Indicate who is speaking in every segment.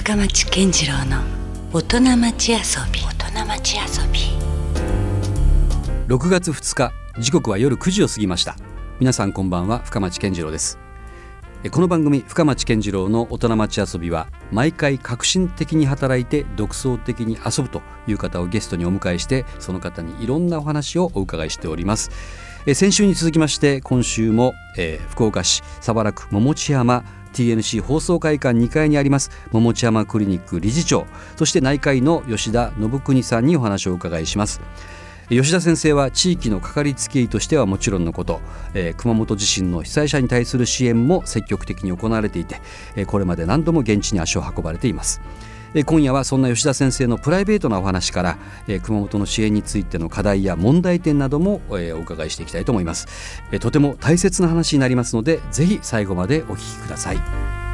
Speaker 1: 深町健次郎の大人町遊び。
Speaker 2: 6月2日、時刻は夜9時を過ぎました。皆さんこんばんは、深町健次郎です。この番組深町健次郎の大人町遊びは、毎回革新的に働いて独創的に遊ぶという方をゲストにお迎えして、その方にいろんなお話をお伺いしております。先週に続きまして今週も、福岡市早良区桃地山 TNC 放送会館2階にあります桃地山クリニック理事長、そして内科医の吉田信邦さんにお話をお伺いします。吉田先生は地域のかかりつけ医としてはもちろんのこと、熊本地震の被災者に対する支援も積極的に行われていて、これまで何度も現地に足を運ばれています。今夜はそんな吉田先生のプライベートなお話から、熊本の支援についての課題や問題点なども、お伺いしていきたいと思います。とても大切な話になりますので、ぜひ最後までお聞きください。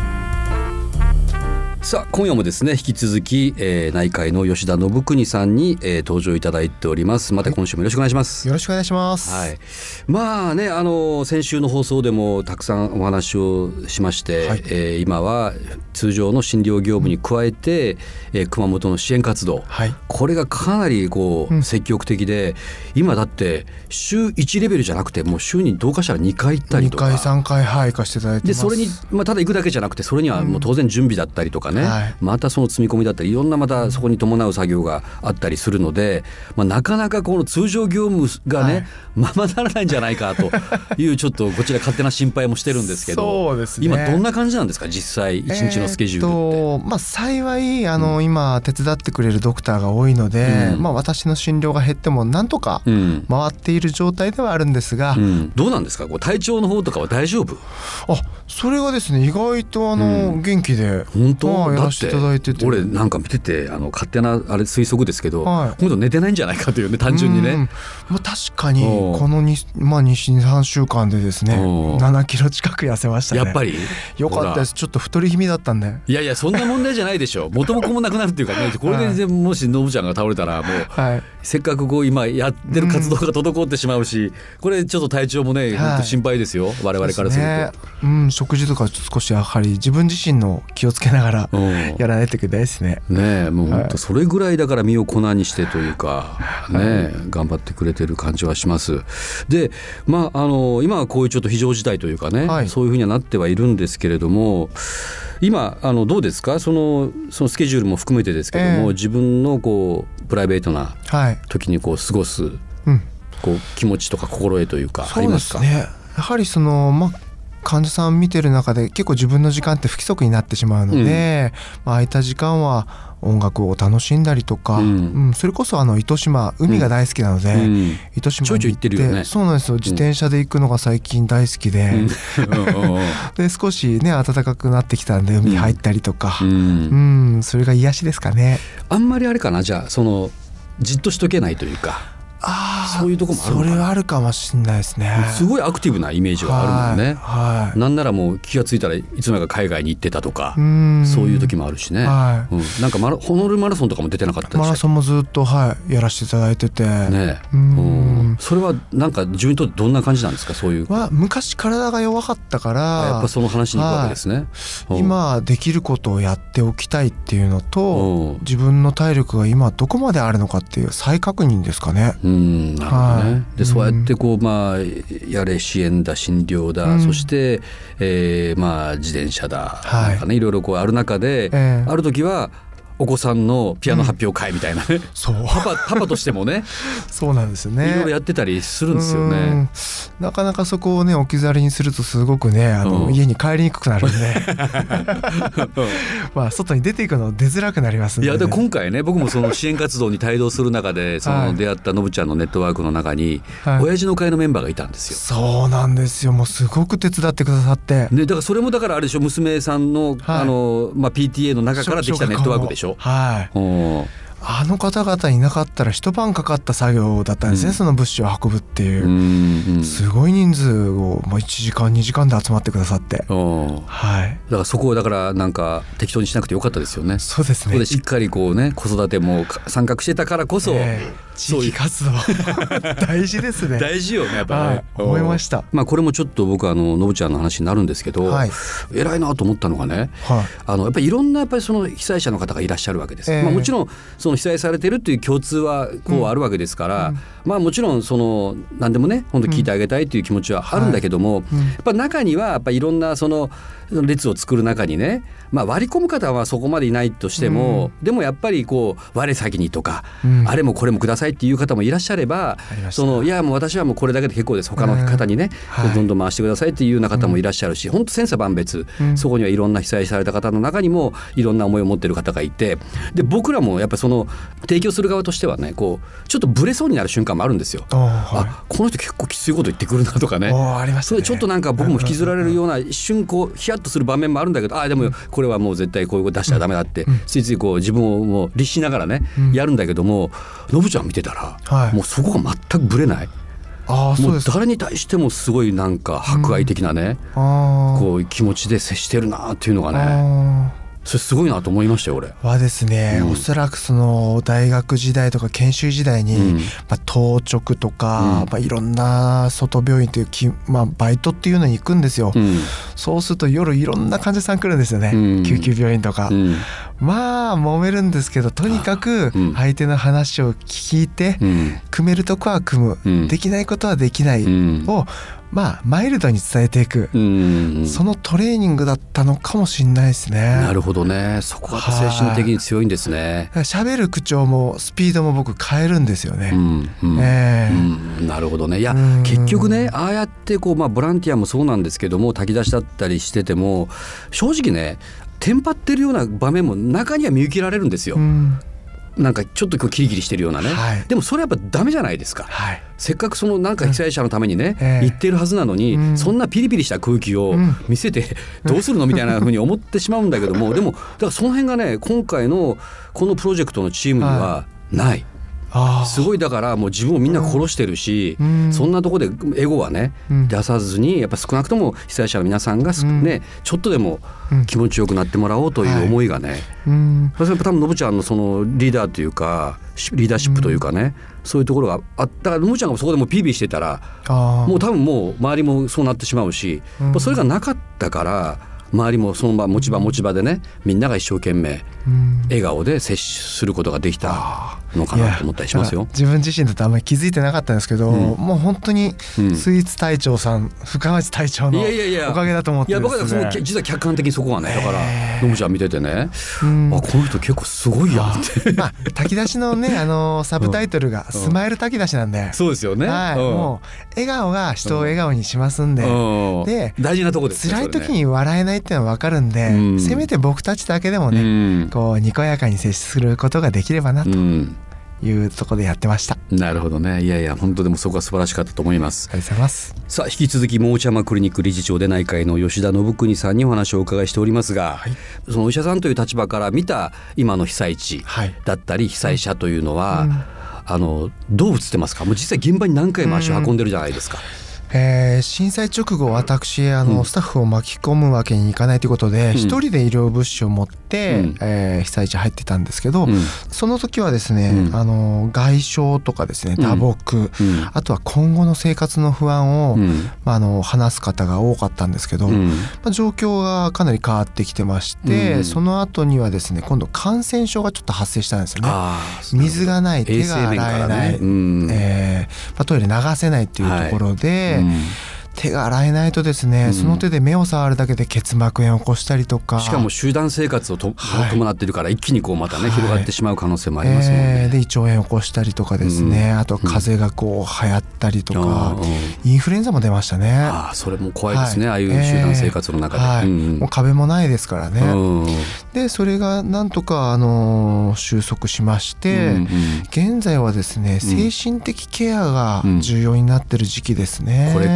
Speaker 2: さあ、今夜もですね、引き続き、内科医の吉田信邦さんに、登場いただいております。また今週もよろしくお願いします。
Speaker 3: よろしくお願いします。
Speaker 2: はい、まあね、先週の放送でもたくさんお話をしまして、はい、今は通常の診療業務に加えて、熊本の支援活動、はい、これがかなり積極的で、今だって週1レベルじゃなくて、もう週にどうかしたら2回行ったりとか、
Speaker 3: 2回3回、はい、行かせていただいてます。
Speaker 2: でそれに、ただ行くだけじゃなくて、それにはもう当然準備だったりとかね、はい、またその積み込みだったり、いろんなまたそこに伴う作業があったりするので、なかなかこの通常業務がね、ままならないんじゃないかというちょっとこちら勝手な心配もしてるんですけど、
Speaker 3: そうですね、
Speaker 2: 今どんな感じなんですか、実際1日のスケジュールって。
Speaker 3: 幸い今手伝ってくれるドクターが多いので、私の診療が減ってもなんとか回っている状態ではあるんですが、
Speaker 2: どうなんですか、体調の方とかは大丈夫？
Speaker 3: それがですね、意外と元気で、
Speaker 2: 本当、
Speaker 3: やらせていただいてて、
Speaker 2: 俺なんか見てて勝手な推測ですけど、今度寝てないんじゃないかというね、単純にね。
Speaker 3: 確かにこの 2,3 週間でですね、7キロ近く痩せましたね。
Speaker 2: やっぱり
Speaker 3: よかったです。ちょっと太り気味だったんで。
Speaker 2: いやそんな問題じゃないでしょ。元も子もなくなるっていうかね、これでもしノブちゃんが倒れたらもう、せっかく今やってる活動が滞ってしまうし、これちょっと体調もね、本当心配ですよ、我々からすると。
Speaker 3: 食事とか少しやはり自分自身の気をつけながらやらないといけないですね。
Speaker 2: もう本当それぐらいだから身を粉にしてというかね、頑張ってくれてる感じはします。で、今はこういうちょっと非常事態というかね、そういうふうにはなってはいるんですけれども、今どうですか、そのスケジュールも含めてですけども、自分のプライベートな時に過ごす気持ちとか心得というかありますか？
Speaker 3: そうですね、やはり患者さん見てる中で結構自分の時間って不規則になってしまうので、空いた時間は音楽を楽しんだりとか、それこそ糸島、海が大好きなので、糸島に行って、ちょいちょい行ってるよね。そうなんですよ、自転車で行くのが最近大好きで、で少しね暖かくなってきたんで海入ったりとか、それが癒しですかね。
Speaker 2: あんまりあれかな、じゃあじっとしとけないというか、そういうとこもあるのかな。
Speaker 3: それはあるかもしれないですね。
Speaker 2: すごいアクティブなイメージがあるもんね。なんならもう気がついたらいつの間にか海外に行ってたとか、そういう時もあるしね。なんかホノルルマラソンとかも出てなかったでしたっけ？
Speaker 3: マラソンもずっとやらせていただいてて、それはなんか自分にとってどんな感じなんですか？そういう昔体が弱かったから、
Speaker 2: やっぱその話に行くわけですね。
Speaker 3: 今できることをやっておきたいっていうのと、自分の体力が今どこまであるのかっていう再確認ですかね。
Speaker 2: なるほどね。でそうやってやれ支援だ、診療だ、そして、自転車だ、なんかね、いろいろある中で、ある時はお子さんのピアノ発表会みたいなね、パパとしてもね
Speaker 3: そうなんですよね、
Speaker 2: いろいろやってたりするんですよね。
Speaker 3: なかなかそこをね置き去りにするとすごくね家に帰りにくくなるんで外に出ていくの出づらくなりますんで、ね。
Speaker 2: で今回ね、僕もその支援活動に帯同する中で出会ったのぶちゃんのネットワークの中に、親父の会のメンバーがいたんですよ。
Speaker 3: そうなんですよ。もうすごく手伝ってくださって、
Speaker 2: だからそれもあれでしょ、娘さんの、PTA の中からできたネットワークでしょ。
Speaker 3: あの方々いなかったら一晩かかった作業だったんですね、その物資を運ぶっていう、すごい人数を1時間2時間で集まってくださって、はい、
Speaker 2: だからそこをだからなんか適当にしなくてよかったですよね。
Speaker 3: そうですね。
Speaker 2: そこでしっかりこうね子育ても参画してたからこそ、
Speaker 3: 地域活動大事ですね。
Speaker 2: 大事よねやっぱね、
Speaker 3: 思いました。
Speaker 2: これもちょっと僕のぶちゃんの話になるんですけど、偉いなと思ったのがね、やっぱりいろんなその被災者の方がいらっしゃるわけです。もちろんその被災されてるっていう共通はこうあるわけですから、もちろんその何でもね本当聞いてあげたいという気持ちはあるんだけども、やっぱ中にはやっぱいろんなその列を作る中にね、割り込む方はそこまでいないとしても、でもやっぱりこう我先にとか、あれもこれもくださいっていう方もいらっしゃれば、いやもう私はもうこれだけで結構です、他の方にね、どんどん回してくださいっていうような方もいらっしゃるし、本当千差万別、そこにはいろんな被災された方の中にもいろんな思いを持っている方がいて、で僕らもやっぱりその提供する側としてはね、こうちょっとブレそうになる瞬間もあるんですよ。この人結構きついこと言ってくるなとかね、それちょっとなんか僕も引きずられるような一瞬こうヒヤッとする場面もあるんだけど、でもこれはもう絶対こういうこと出したらダメだってついついこう自分をもう律しながらね、やるんだけども、のぶちゃん見てたら、もうそこが全くブレない。もう誰に対してもすごいなんか博愛的なね、こう気持ちで接してるなっていうのがね、それすごいなと思いましたよ俺
Speaker 3: はですね、おそらくその大学時代とか研修時代に、当直とか、いろんな外病院というバイトっていうのに行くんですよ。そうすると夜いろんな患者さん来るんですよね、救急病院とか。揉めるんですけど、とにかく相手の話を聞いて、組めるとこは組む、できないことはできないをマイルドに伝えていく、そのトレーニングだったのかもしれないですね。
Speaker 2: なるほどね、そこは精神的に強いんですね。
Speaker 3: 喋る口調もスピードも僕変えるんですよね。
Speaker 2: なるほどね。いや結局ね、ああやってこう、ボランティアもそうなんですけども、炊き出しだったりしてても正直ね、テンパってるような場面も中には見受けられるんですよ。なんかちょっとこうキリキリしてるようなね、でもそれやっぱダメじゃないですか、せっかくそのなんか被災者のためにね、言ってるはずなのに、そんなピリピリした空気を見せてどうするのみたいな風に思ってしまうんだけども、でもだからその辺がね、今回のこのプロジェクトのチームにはない、すごい。だからもう自分をみんな殺してるし、そんなとこでエゴはね、出さずに、やっぱ少なくとも被災者の皆さんがね、ちょっとでも気持ちよくなってもらおうという思いがね、それ多分のぶちゃんのそのリーダーというかリーダーシップというかね、そういうところがあったから、のぶちゃんがそこでもうピーピーしてたら、もう多分もう周りもそうなってしまうし、それがなかったから周りもその持ち場でね、みんなが一生懸命笑顔で接することができたのかなと思ったりしますよ。
Speaker 3: 自分自身だとあんまり気づいてなかったんですけど、もう本当にスイーツ隊長さん、深町隊長のおかげだと思ってですね。
Speaker 2: 僕はその実は客観的にそこはね、だからのぶちゃん見ててね、この人結構すごいやんって
Speaker 3: 炊き出しのね、サブタイトルがスマイル炊き出しなんで、
Speaker 2: そうですよね、
Speaker 3: もう笑顔が人を笑顔にしますんで、で
Speaker 2: 大事なとこですね。
Speaker 3: 辛い時に笑えないっていうのは分かるんで、せめて僕たちだけでもね、こうにこやかに接することができればなというところでやってました。
Speaker 2: なるほどね。いやいや本当でもそこは素晴らしかったと思います。
Speaker 3: ありがとうございます。
Speaker 2: さあ引き続きモーチャマクリニック理事長で内科医の吉田信邦さんにお話をお伺いしておりますが、そのお医者さんという立場から見た今の被災地だったり被災者というのは、どう映ってますか？もう実際現場に何回も足を運んでるじゃないですか。
Speaker 3: 震災直後私スタッフを巻き込むわけにいかないということで、一人で医療物資を持って、被災地入ってたんですけど、その時はですね、外傷とかですね、打撲、あとは今後の生活の不安を、話す方が多かったんですけど、状況がかなり変わってきてまして、その後にはですね、今度感染症がちょっと発生したんですよね。水がない、手が洗えない、トイレ流せないっていうところで、手が洗えないとですね、その手で目を触るだけで結膜炎を起こしたりとか、
Speaker 2: しかも集団生活を伴ってるから一気にこうまたね、広がってしまう可能性もありますもんね。
Speaker 3: で胃腸炎を起こしたりとかですね、あと風邪がこう流行ったりとか、インフルエンザも出ましたね。
Speaker 2: それも怖いですね、ああいう集団生活の中で、
Speaker 3: もう壁もないですからね。でそれがなんとか収束しまして、現在はですね、精神的ケアが重要になってる時期ですね。
Speaker 2: これから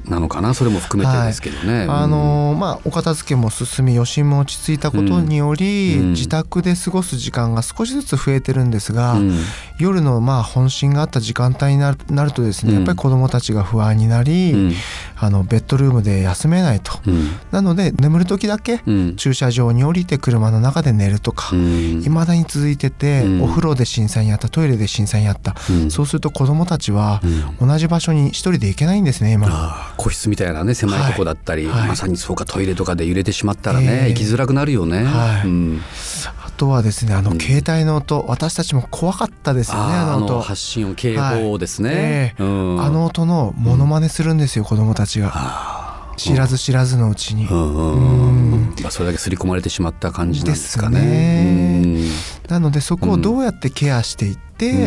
Speaker 2: なのかな、それも含めてですけどね。
Speaker 3: お片付けも進み、余震も落ち着いたことにより、自宅で過ごす時間が少しずつ増えてるんですが、夜の本震があった時間帯になるとですね、やっぱり子どもたちが不安になり、ベッドルームで休めないと、なので眠る時だけ駐車場に降りて車の中で寝るとか、未だに続いてて、お風呂で震災にあった、トイレで震災にあった、そうすると子どもたちは同じ場所に一人で行けないんですね。今
Speaker 2: 個室みたいなね、狭いとこだったり、まさにそうか、トイレとかで揺れてしまったらね、行きづらくなるよね。
Speaker 3: あとはですね、携帯の音、私たちも怖かったですよね。音、
Speaker 2: 発信音、警報ですね。
Speaker 3: 音のモノマネするんですよ、子どもたちが。知らず知らずのうちに。
Speaker 2: それだけ刷り込まれてしまった感じなんですかね。
Speaker 3: なのでそこをどうやってケアしていって、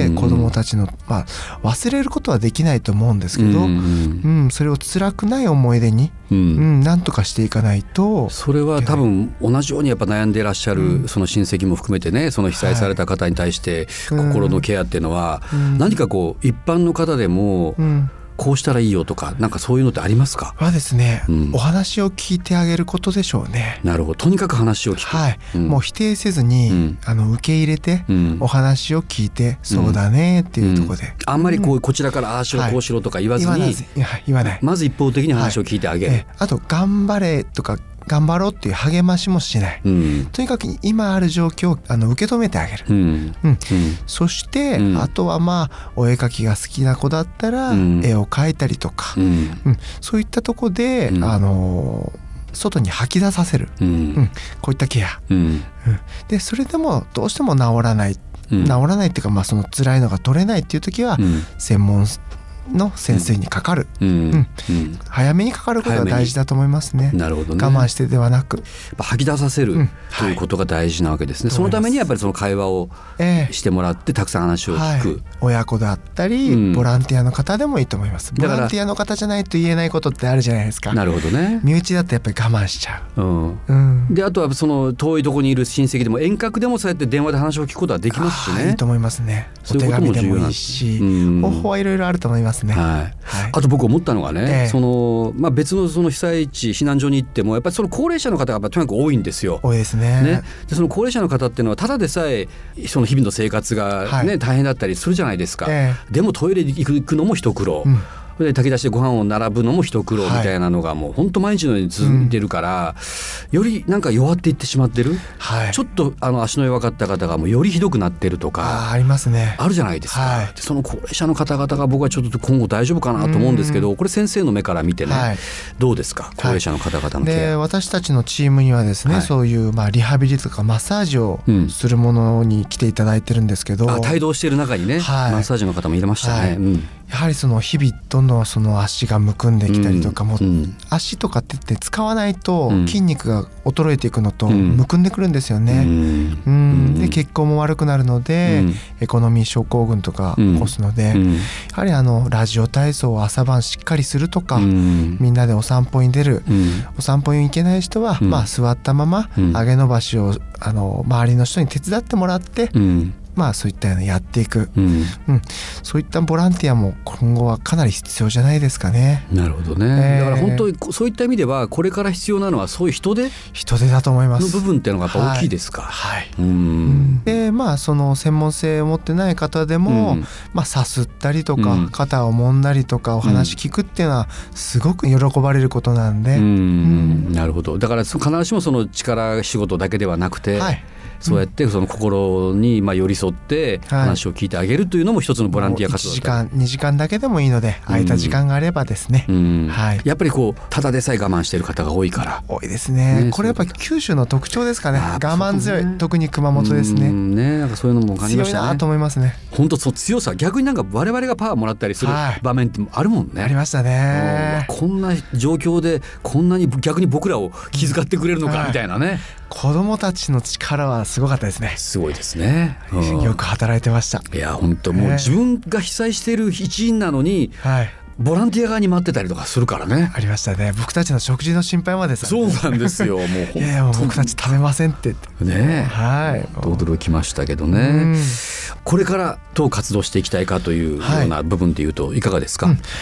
Speaker 3: 子どもたちの、忘れることはできないと思うんですけど、それを辛くない思い出に、なんとかしていかないと。
Speaker 2: それは多分同じようにやっぱ悩んでいらっしゃるその親戚も含めてね、その被災された方に対して心のケアっていうのは、何かこう一般の方でもこうしたらいいよとか、なんかそういうのってありますか？
Speaker 3: はですね、お話を聞いてあげることでしょうね。
Speaker 2: なるほど、とにかく話を聞く。
Speaker 3: もう否定せずに、受け入れて、お話を聞いて、そうだねっていうところで、
Speaker 2: あんまりこちらからああしろこうしろとか言わずに、
Speaker 3: 言わない、
Speaker 2: まず一方的に話を聞いてあげる。
Speaker 3: あと頑張れとか頑張ろうっていう励ましもしない、とにかく今ある状況を受け止めてあげる、そして、あとはお絵描きが好きな子だったら、絵を描いたりとか、そういったとこで、外に吐き出させる、こういったケア、でそれでもどうしても治らないっていうか、その辛いのが取れないっていう時は、専門の先生にかかる、早めにかかることが大事だと思いますね。
Speaker 2: なるほどね。
Speaker 3: 我慢してではなく
Speaker 2: 吐き出させる、ということが大事なわけですね。そのためにやっぱりその会話をしてもらって、たくさん話を聞く、
Speaker 3: 親子だったり、ボランティアの方でもいいと思います。ボランティアの方じゃないと言えないことってあるじゃないですか。
Speaker 2: なるほどね。
Speaker 3: 身内だとやっぱり我慢しちゃう、
Speaker 2: であとはその遠いところにいる親戚でも遠隔でもそうやって電話で話を聞くことはできますしね。
Speaker 3: いいと思いますね。お手紙でもいいし、方法はいろいろあると思いますね。
Speaker 2: あと僕思ったのがね、別のその被災地避難所に行ってもやっぱりその高齢者の方がとにかく多いんですよ。
Speaker 3: 多いですね。
Speaker 2: でその高齢者の方っていうのはただでさえその日々の生活が、大変だったりするじゃないですか。でもトイレに行くのも一苦労、で炊き出しでご飯を並ぶのも一苦労みたいなのがもう本当毎日のように続いてるから、よりなんか弱っていってしまってる、ちょっと足の弱かった方がもうよりひどくなってるとか
Speaker 3: ありますね。
Speaker 2: あるじゃないですか。でその高齢者の方々が僕はちょっと今後大丈夫かなと思うんですけど、これ先生の目から見てね、どうですか、高齢者の方々のケア。
Speaker 3: で私たちのチームにはですね、そういうリハビリとかマッサージをするものに来ていただいてるんですけど、
Speaker 2: 帯同している中にね、マッサージの方もいましたね。
Speaker 3: やはりその日々どんどんその足がむくんできたりとかも、足とかって使わないと筋肉が衰えていくのとむくんでくるんですよね。で血行も悪くなるので、エコノミー症候群とか起こすので、やはりラジオ体操を朝晩しっかりするとか、みんなでお散歩に出る、お散歩に行けない人は、座ったまま上げ伸ばしを周りの人に手伝ってもらって、そういったのをやっていく、そういったボランティアも今後はかなり必要じゃないですかね。
Speaker 2: なるほどね。だから本当にそういった意味ではこれから必要なのはそういう人手
Speaker 3: だと思います。
Speaker 2: の部分っていうのがやっぱ大きいですか。
Speaker 3: でその専門性を持ってない方でも、さすったりとか、肩を揉んだりとかお話聞くっていうのはすごく喜ばれることなんで、
Speaker 2: なるほど。だから必ずしもその力仕事だけではなくて、そうやってその心に寄り添って話を聞いてあげるというのも一つのボランティア活動だった。
Speaker 3: 1時間2時間だけでもいいので、空いた時間があればですね、
Speaker 2: やっぱりただでさえ我慢している方が多いから。
Speaker 3: 多いですね。これやっぱり九州の特徴ですかね。我慢強い、特に熊本ですね。
Speaker 2: なんかそういうのも感じましたね。
Speaker 3: 強いなと思いますね。
Speaker 2: 本当そう、強さ、逆になんか我々がパワーもらったりする場面ってあるもんね。
Speaker 3: ありましたね。
Speaker 2: こんな状況でこんなに逆に僕らを気遣ってくれるのかみたいなね。
Speaker 3: 子供たちの力はすごかったですね。
Speaker 2: すごいですね。
Speaker 3: よく働いてました。
Speaker 2: いや本当もう自分が被災している一員なのに、ボランティア側に待ってたりとかするからね。
Speaker 3: ありましたね。僕たちの食事の心配までさ。
Speaker 2: そうなんですよ。もう
Speaker 3: いや僕たち食べませんって
Speaker 2: ね。驚きましたけどね。これからどう活動していきたいかというような部分でいうといかがですか。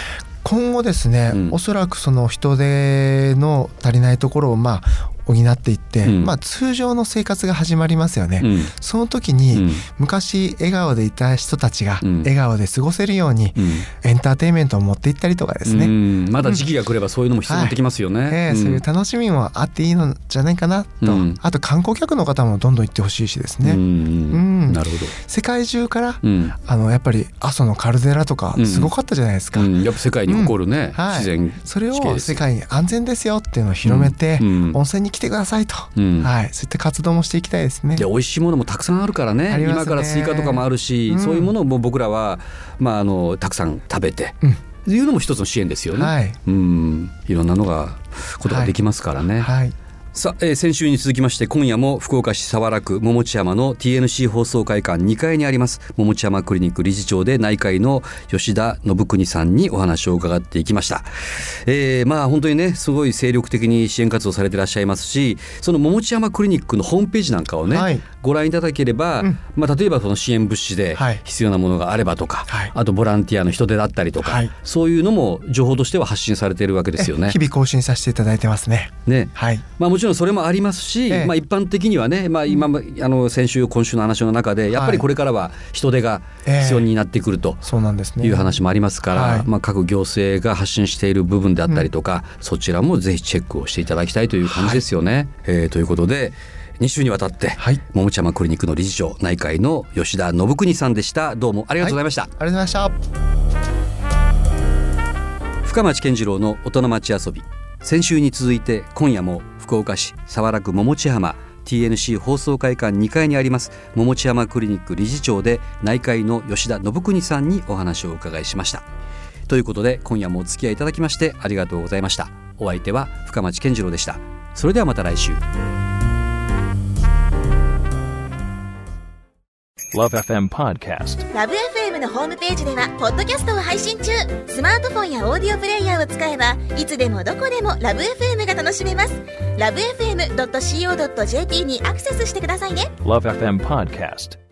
Speaker 3: 今後ですね、おそらくその人手の足りないところを補っていって、通常の生活が始まりますよね、その時に、昔笑顔でいた人たちが笑顔で過ごせるように、エンターテインメントを持っていったりとかですね、
Speaker 2: まだ時期が来ればそういうのも必要になってきますよね、
Speaker 3: そういう楽しみもあっていいのじゃないかなと、あと観光客の方もどんどん行ってほしいしですね、
Speaker 2: なるほど。
Speaker 3: 世界中から、やっぱり阿蘇のカルデラとかすごかったじゃないですか、
Speaker 2: やっぱ世界に誇るね、自然
Speaker 3: それを世界に安全ですよっていうのを広めて、温泉に来てくださいと、そういった活動もしていきたいですね。
Speaker 2: で美味しいものもたくさんあるからね、今からスイカとかもあるし、そういうものを僕らは、たくさん食べて、いうのも一つの支援ですよね、いろんなのがことができますからね、さあ、先週に続きまして今夜も福岡市早良区桃地山の TNC 放送会館2階にあります桃地山クリニック理事長で内科医の吉田信邦さんにお話を伺っていきました。本当にねすごい精力的に支援活動されていらっしゃいますし、その桃地山クリニックのホームページなんかをね、ご覧いただければ、例えばその支援物資で必要なものがあればとか、あとボランティアの人手だったりとか、そういうのも情報としては発信されているわけですよね。
Speaker 3: 日々更新させていただいてますね。
Speaker 2: もちろんそれもありますし、一般的にはね、先週今週の話の中でやっぱりこれからは人手が必要になってくるという話もありますから、各行政が発信している部分であったりとか、そちらもぜひチェックをしていただきたいという感じですよね。ということで2週にわたって、桃地山クリニックの理事長内科医の吉田信邦さんでした。どうもありがとうございました。
Speaker 3: ありがとうございました。
Speaker 2: 深町健次郎の大人町遊び、先週に続いて今夜も福岡市早良区桃地浜 TNC 放送会館2階にあります桃地山クリニック理事長で内科医の吉田信邦さんにお話をお伺いしました。ということで今夜もお付き合いいただきましてありがとうございました。お相手は深町健次郎でした。それではまた来週。
Speaker 4: LoveFM Podcast。LoveFM のホームページではポッドキャストを配信中。スマートフォンやオーディオプレイヤーを使えばいつでもどこでも LoveFM が楽しめます。LoveFM.co.jp にアクセスしてくださいね。LoveFM Podcast。